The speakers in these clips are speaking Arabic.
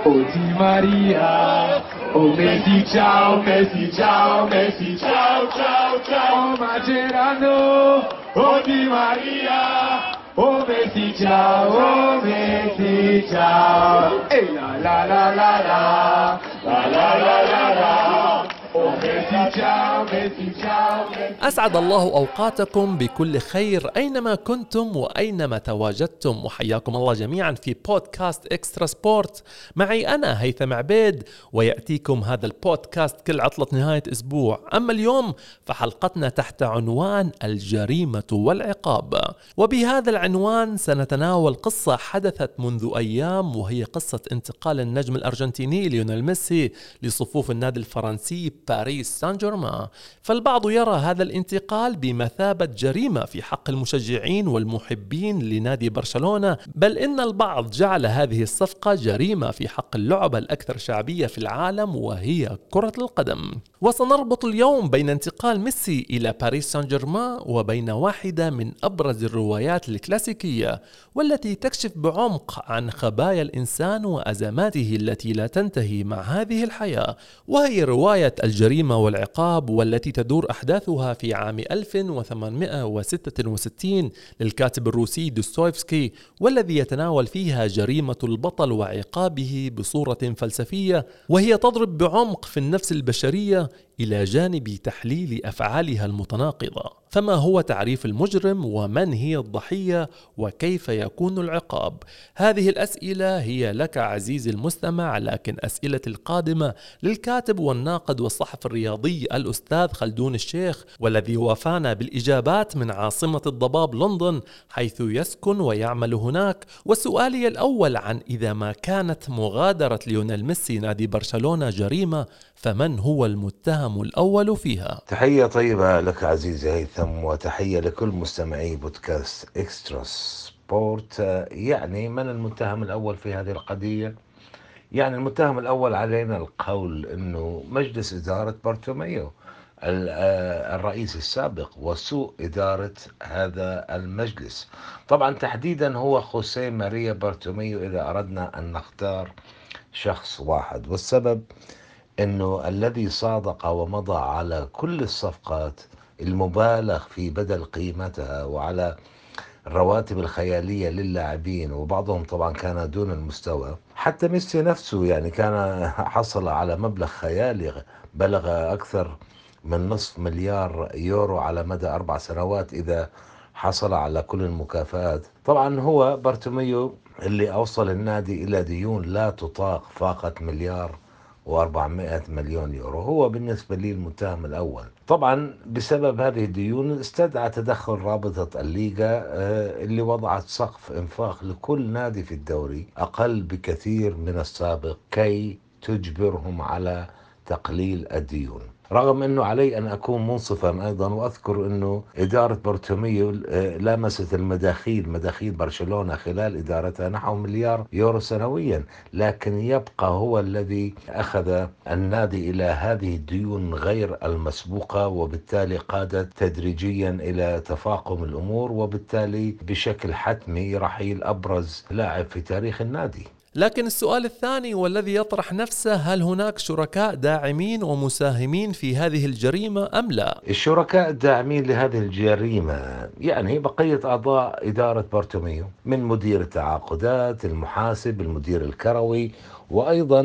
oh Di Maria, oh Messi ciao, Messi ciao, Messi ciao, ciao, ciao, oh Mascherano, oh Di Maria, oh Messi ciao, oh Messi ciao, e la la la la la, la la la la la. أسعد الله أوقاتكم بكل خير أينما كنتم وأينما تواجدتم، وحياكم الله جميعا في بودكاست إكسترا سبورت. معي أنا هيثم عبيد، ويأتيكم هذا البودكاست كل عطلة نهاية أسبوع. أما اليوم فحلقتنا تحت عنوان الجريمة والعقاب، وبهذا العنوان سنتناول قصة حدثت منذ أيام، وهي قصة انتقال النجم الأرجنتيني ليونيل ميسي لصفوف النادي الفرنسي باريس سان جيرمان. فالبعض يرى هذا الانتقال بمثابة جريمة في حق المشجعين والمحبين لنادي برشلونة، بل إن البعض جعل هذه الصفقة جريمة في حق اللعبة الأكثر شعبية في العالم وهي كرة القدم. وسنربط اليوم بين انتقال ميسي إلى باريس سان جيرمان وبين واحدة من أبرز الروايات الكلاسيكية، والتي تكشف بعمق عن خبايا الإنسان وأزماته التي لا تنتهي مع هذه الحياة، وهي رواية الجريمة والعقاب، والتي تدور أحداثها في عام 1866 للكاتب الروسي دوستويفسكي، والذي يتناول فيها جريمة البطل وعقابه بصورة فلسفية، وهي تضرب بعمق في النفس البشرية إلى جانب تحليل أفعالها المتناقضة. فما هو تعريف المجرم؟ ومن هي الضحية؟ وكيف يكون العقاب؟ هذه الأسئلة هي لك عزيزي المستمع، لكن أسئلة القادمة للكاتب والناقد والصحفي الرياضي الأستاذ خلدون الشيخ، والذي وافانا بالإجابات من عاصمة الضباب لندن، حيث يسكن ويعمل هناك. وسؤالي الأول عن إذا ما كانت مغادرة ليونيل ميسي نادي برشلونة جريمة، فمن هو المتهم الأول فيها؟ تحية طيبة لك عزيزي هيثم، وتحية لكل مستمعي بودكاست إكسترا سبورت. يعني من المتهم الأول في هذه القضية؟ يعني المتهم الأول علينا القول أنه مجلس إدارة بارتوميو الرئيس السابق وسوء إدارة هذا المجلس. طبعا تحديدا هو خوسيه ماريا بارتوميو إذا أردنا أن نختار شخص واحد، والسبب أنه الذي صادق ومضى على كل الصفقات المبالغ في بدل قيمتها وعلى الرواتب الخيالية للاعبين، وبعضهم طبعا كان دون المستوى. حتى ميسي نفسه يعني كان حصل على مبلغ خيالي بلغ أكثر من نصف مليار يورو على مدى 4 سنوات إذا حصل على كل المكافآت. طبعا هو بارتوميو اللي أوصل النادي إلى ديون لا تطاق، فاقت مليار و400 مليون يورو. هو بالنسبة لي المتهم الأول. طبعا بسبب هذه الديون استدعى تدخل رابطة الليغا اللي وضعت سقف إنفاق لكل نادي في الدوري أقل بكثير من السابق كي تجبرهم على تقليل الديون، رغم أنه علي أن أكون منصفا أيضا وأذكر أنه إدارة بارتوميو لامست مداخيل برشلونة خلال إدارتها نحو مليار يورو سنويا، لكن يبقى هو الذي أخذ النادي إلى هذه الديون غير المسبوقة، وبالتالي قادت تدريجيا إلى تفاقم الأمور، وبالتالي بشكل حتمي رحيل أبرز لاعب في تاريخ النادي. لكن السؤال الثاني والذي يطرح نفسه، هل هناك شركاء داعمين ومساهمين في هذه الجريمة أم لا؟ الشركاء الداعمين لهذه الجريمة يعني بقية أعضاء إدارة بارتوميو، من مدير التعاقدات، المحاسب، المدير الكروي، وأيضا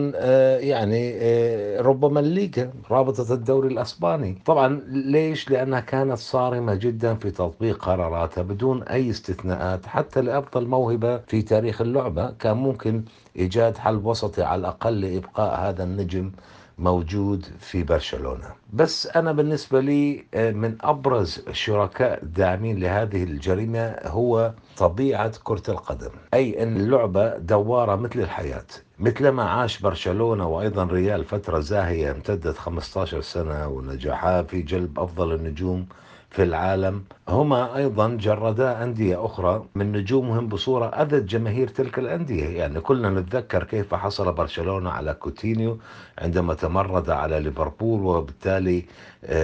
ربما الليغا، رابطة الدوري الأسباني. طبعا ليش؟ لأنها كانت صارمة جدا في تطبيق قراراتها بدون أي استثناءات. حتى لأفضل موهبة في تاريخ اللعبة كان ممكن إيجاد حل وسطي على الأقل لإبقاء هذا النجم موجود في برشلونة. بس أنا بالنسبة لي من أبرز الشركاء الداعمين لهذه الجريمة هو طبيعة كرة القدم، أي أن اللعبة دوارة مثل الحياة. مثلما عاش برشلونة وأيضا ريال فترة زاهية امتدت 15 سنة ونجاحا في جلب أفضل النجوم في العالم، هما أيضا جردا أندية أخرى من نجومهم بصورة أذت جماهير تلك الأندية. يعني كلنا نتذكر كيف حصل برشلونة على كوتينيو عندما تمرد على ليفربول، وبالتالي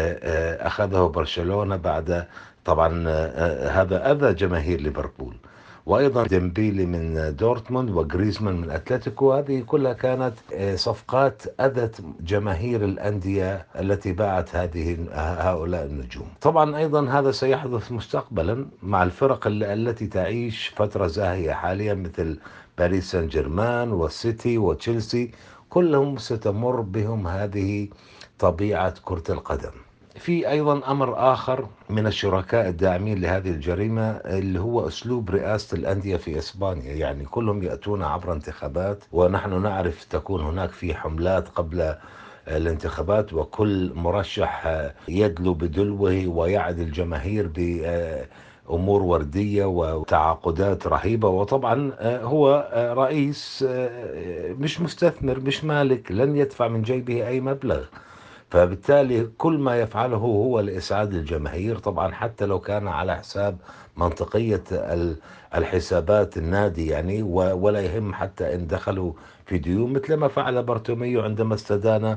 أخذه برشلونة بعد طبعا هذا أذى جماهير ليفربول. وأيضا ديمبيلي من دورتموند وغريزمان من أتلتيكو. هذه كلها كانت صفقات أذت جماهير الأندية التي باعت هؤلاء النجوم. طبعا أيضا هذا سيحدث مستقبلا مع الفرق التي تعيش فترة زاهية حاليا، مثل باريس سان جيرمان والسيتي وتشيلسي، كلهم ستمر بهم هذه طبيعة كرة القدم. في أيضا أمر آخر من الشركاء الداعمين لهذه الجريمة، اللي هو أسلوب رئاسة الأندية في إسبانيا. يعني كلهم يأتون عبر انتخابات، ونحن نعرف تكون هناك في حملات قبل الانتخابات، وكل مرشح يدلو بدلوه ويعد الجماهير بأمور وردية وتعاقدات رهيبة. وطبعا هو رئيس مش مستثمر، مش مالك، لن يدفع من جيبه أي مبلغ، فبالتالي كل ما يفعله هو لإسعاد الجماهير، طبعا حتى لو كان على حساب منطقية الحسابات النادي يعني، ولا يهم حتى إن دخلوا في ديون، مثل ما فعل بارتوميو عندما استدان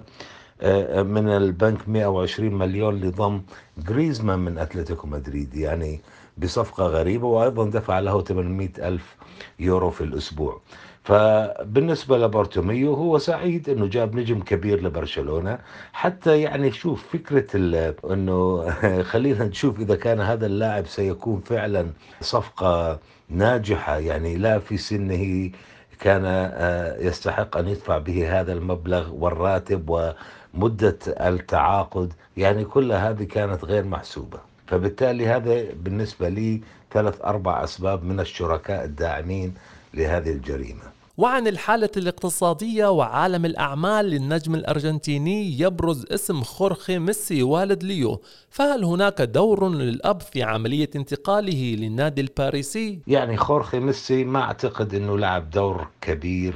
من البنك 120 مليون لضم غريزمان من أتلتيكو مدريد، يعني بصفقة غريبة، وأيضا دفع له 800 ألف يورو في الأسبوع. فبالنسبة لبارتوميو هو سعيد أنه جاب نجم كبير لبرشلونة، حتى يعني شوف فكرة أنه خلينا نشوف إذا كان هذا اللاعب سيكون فعلا صفقة ناجحة. يعني لا في سنه كان يستحق أن يدفع به هذا المبلغ والراتب ومدة التعاقد، يعني كل هذه كانت غير محسوبة. فبالتالي هذا بالنسبة لي 3-4 أسباب من الشركاء الداعمين لهذه الجريمة. وعن الحالة الاقتصادية وعالم الأعمال للنجم الأرجنتيني، يبرز اسم خورخي ميسي والد ليو، فهل هناك دور للأب في عملية انتقاله للنادي الباريسي؟ يعني خورخي ميسي ما أعتقد أنه لعب دور كبير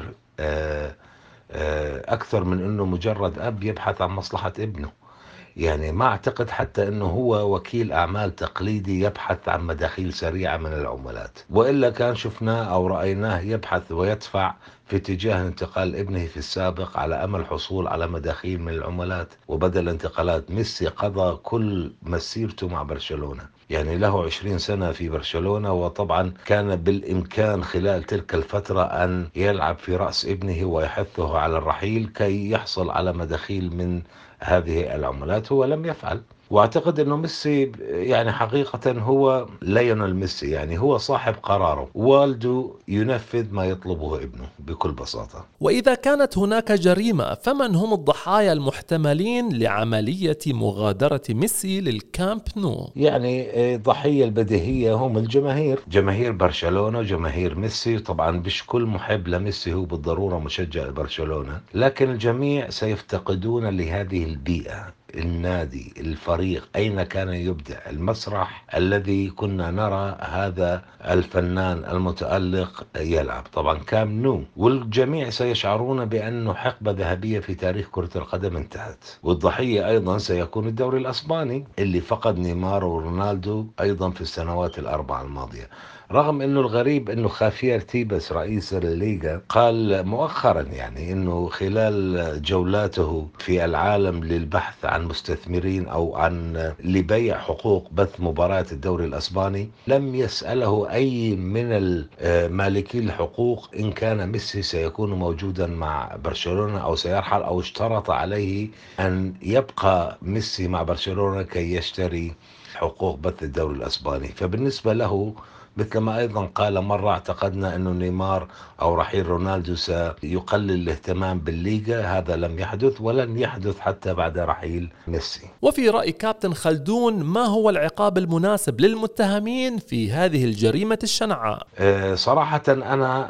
أكثر من أنه مجرد أب يبحث عن مصلحة ابنه. يعني ما أعتقد حتى أنه هو وكيل أعمال تقليدي يبحث عن مداخيل سريعة من العملات، وإلا كان شفناه أو رأيناه يبحث ويدفع في اتجاه انتقال ابنه في السابق على أمل حصول على مداخيل من العملات وبدل انتقالات. ميسي قضى كل مسيرته مع برشلونة، يعني له 20 سنة في برشلونة، وطبعا كان بالإمكان خلال تلك الفترة أن يلعب في رأس ابنه ويحثه على الرحيل كي يحصل على مداخيل من هذه العملات. هو لم يفعل. واعتقد انه ميسي يعني حقيقة هو ليونيل ميسي، يعني هو صاحب قراره، والده ينفذ ما يطلبه ابنه بكل بساطة. وإذا كانت هناك جريمة، فمن هم الضحايا المحتملين لعملية مغادرة ميسي للكامب نو؟ يعني الضحية البديهية هم الجماهير، جماهير برشلونة وجماهير ميسي. طبعا مش كل محب لميسي هو بالضرورة مشجع لبرشلونة، لكن الجميع سيفتقدون لهذه البيئة، النادي، الفريق، أين كان يبدع، المسرح الذي كنا نرى هذا الفنان المتألق يلعب، طبعا كام نو. والجميع سيشعرون بأنه حقبة ذهبية في تاريخ كرة القدم انتهت. والضحية أيضا سيكون الدوري الأسباني اللي فقد نيمار ورونالدو أيضا في السنوات الأربع الماضية. رغم أنه الغريب أنه خافير تيبس رئيس الليغا قال مؤخرا يعني أنه خلال جولاته في العالم للبحث عن مستثمرين أو عن لبيع حقوق بث مباريات الدوري الأسباني، لم يسأله أي من مالكي الحقوق إن كان ميسي سيكون موجودا مع برشلونة أو سيرحل، أو اشترط عليه أن يبقى ميسي مع برشلونة كي يشتري حقوق بث الدوري الأسباني. فبالنسبة له مثل ما أيضا قال مرة، اعتقدنا أنه نيمار أو رحيل رونالدو سيقلل الاهتمام بالليغا، هذا لم يحدث ولن يحدث حتى بعد رحيل ميسي. وفي رأي كابتن خلدون، ما هو العقاب المناسب للمتهمين في هذه الجريمة الشنعاء؟ صراحة أنا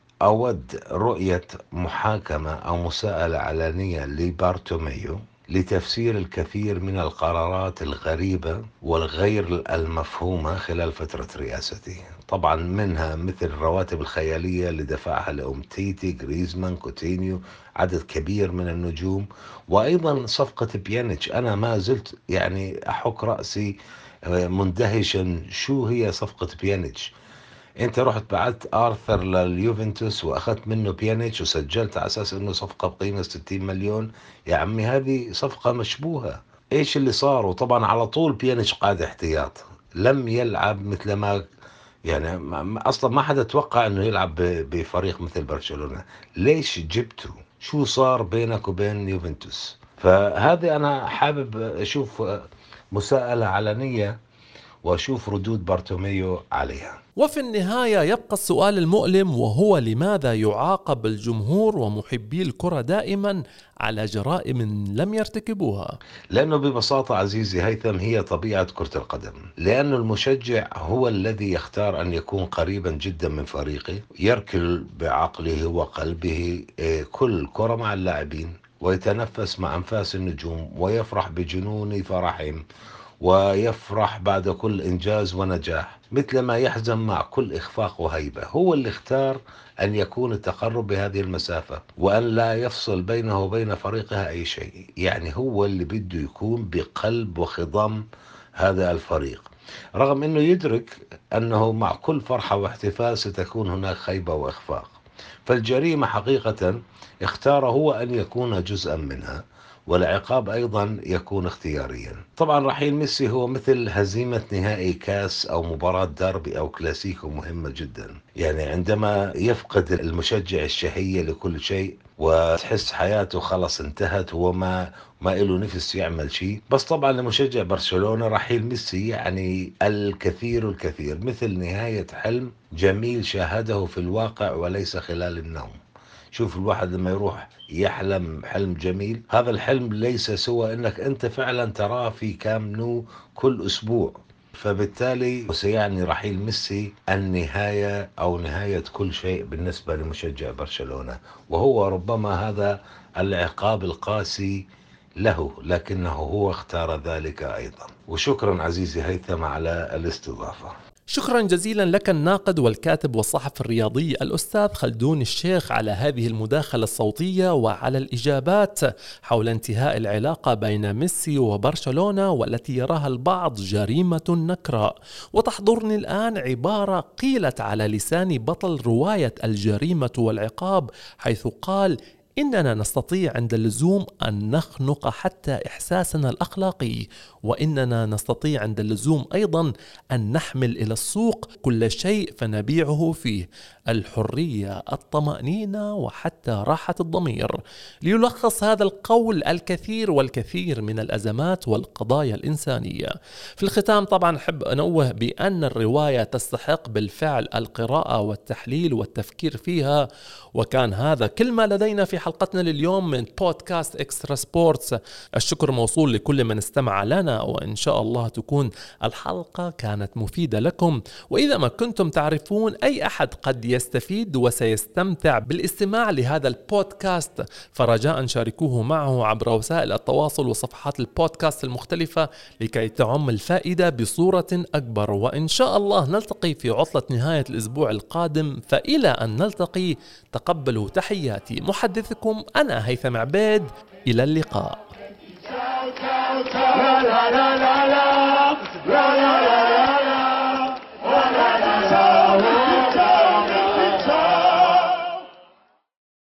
أود رؤية محاكمة أو مساءلة علنية لبارتوميو لتفسير الكثير من القرارات الغريبة والغير المفهومة خلال فترة رئاسته، طبعا منها مثل الرواتب الخيالية اللي دفعها لأمتيتي، غريزمان، كوتينيو، عدد كبير من النجوم، وأيضا صفقة بيانيتش. أنا ما زلت يعني أحك رأسي مندهشا شو هي صفقة بيانيتش. انت رحت بعت ارثر لليوفنتوس واخذت منه بيانيتش وسجلت على اساس انه صفقة بقيمة 60 مليون. يا عمي هذه صفقة مشبوهة. ايش اللي صار؟ وطبعا على طول بيانيتش قاعد احتياط، لم يلعب مثل ما يعني أصلا ما حدا توقع أنه يلعب بفريق مثل برشلونة. ليش جبته؟ شو صار بينك وبين يوفنتوس؟ فهذه أنا حابب أشوف مساءلة علنية وأشوف ردود بارتوميو عليها. وفي النهاية يبقى السؤال المؤلم، وهو لماذا يعاقب الجمهور ومحبي الكرة دائما على جرائم لم يرتكبوها؟ لأنه ببساطة عزيزي هيثم هي طبيعة كرة القدم، لأن المشجع هو الذي يختار أن يكون قريبا جدا من فريقه، يركل بعقله وقلبه كل كرة مع اللاعبين، ويتنفس مع أنفاس النجوم، ويفرح بجنون فرحهم، ويفرح بعد كل إنجاز ونجاح، مثل ما يحزن مع كل إخفاق وهيبة. هو اللي اختار أن يكون التقرب بهذه المسافة، وأن لا يفصل بينه وبين فريقها أي شيء. يعني هو اللي بده يكون بقلب وخضم هذا الفريق، رغم أنه يدرك أنه مع كل فرحة واحتفال ستكون هناك خيبة وإخفاق. فالجريمة حقيقة اختار هو أن يكون جزءا منها، والعقاب أيضا يكون اختياريا. طبعا رحيل ميسي هو مثل هزيمة نهائي كاس أو مباراة ديربي أو كلاسيكو مهمة جدا. يعني عندما يفقد المشجع الشهية لكل شيء وتحس حياته خلص انتهت، هو ما له نفس يعمل شيء. بس طبعا لمشجع برشلونة رحيل ميسي يعني الكثير الكثير، مثل نهاية حلم جميل شاهده في الواقع وليس خلال النوم. شوف الواحد لما يروح يحلم حلم جميل، هذا الحلم ليس سوى انك انت فعلا تراه في كام نو كل اسبوع. فبالتالي سيعني رحيل ميسي النهاية او نهاية كل شيء بالنسبة لمشجع برشلونة، وهو ربما هذا العقاب القاسي له، لكنه هو اختار ذلك ايضا. وشكرا عزيزي هيثم على الاستضافة. شكرا جزيلا لك الناقد والكاتب والصحفي الرياضي الأستاذ خلدون الشيخ على هذه المداخلة الصوتية وعلى الإجابات حول انتهاء العلاقة بين ميسي وبرشلونة، والتي يراها البعض جريمة نكراء. وتحضرني الآن عبارة قيلت على لسان بطل رواية الجريمة والعقاب، حيث قال: إننا نستطيع عند اللزوم أن نخنق حتى إحساسنا الأخلاقي، وإننا نستطيع عند اللزوم أيضا أن نحمل إلى السوق كل شيء فنبيعه فيه: الحرية، الطمأنينة، وحتى راحة الضمير. ليلخص هذا القول الكثير والكثير من الأزمات والقضايا الإنسانية. في الختام طبعا أحب أنوه بأن الرواية تستحق بالفعل القراءة والتحليل والتفكير فيها. وكان هذا كل ما لدينا في حلقتنا لليوم من بودكاست إكسترا سبورتس. الشكر موصول لكل من استمع لنا، وإن شاء الله تكون الحلقة كانت مفيدة لكم. وإذا ما كنتم تعرفون أي أحد قد يستفيد وسيستمتع بالاستماع لهذا البودكاست، فرجاء شاركوه معه عبر وسائل التواصل وصفحات البودكاست المختلفة لكي تعم الفائدة بصورة أكبر. وإن شاء الله نلتقي في عطلة نهاية الأسبوع القادم، فإلى أن نلتقي تقبلوا تحياتي محدثكم أنا هيثم عبيد. إلى اللقاء.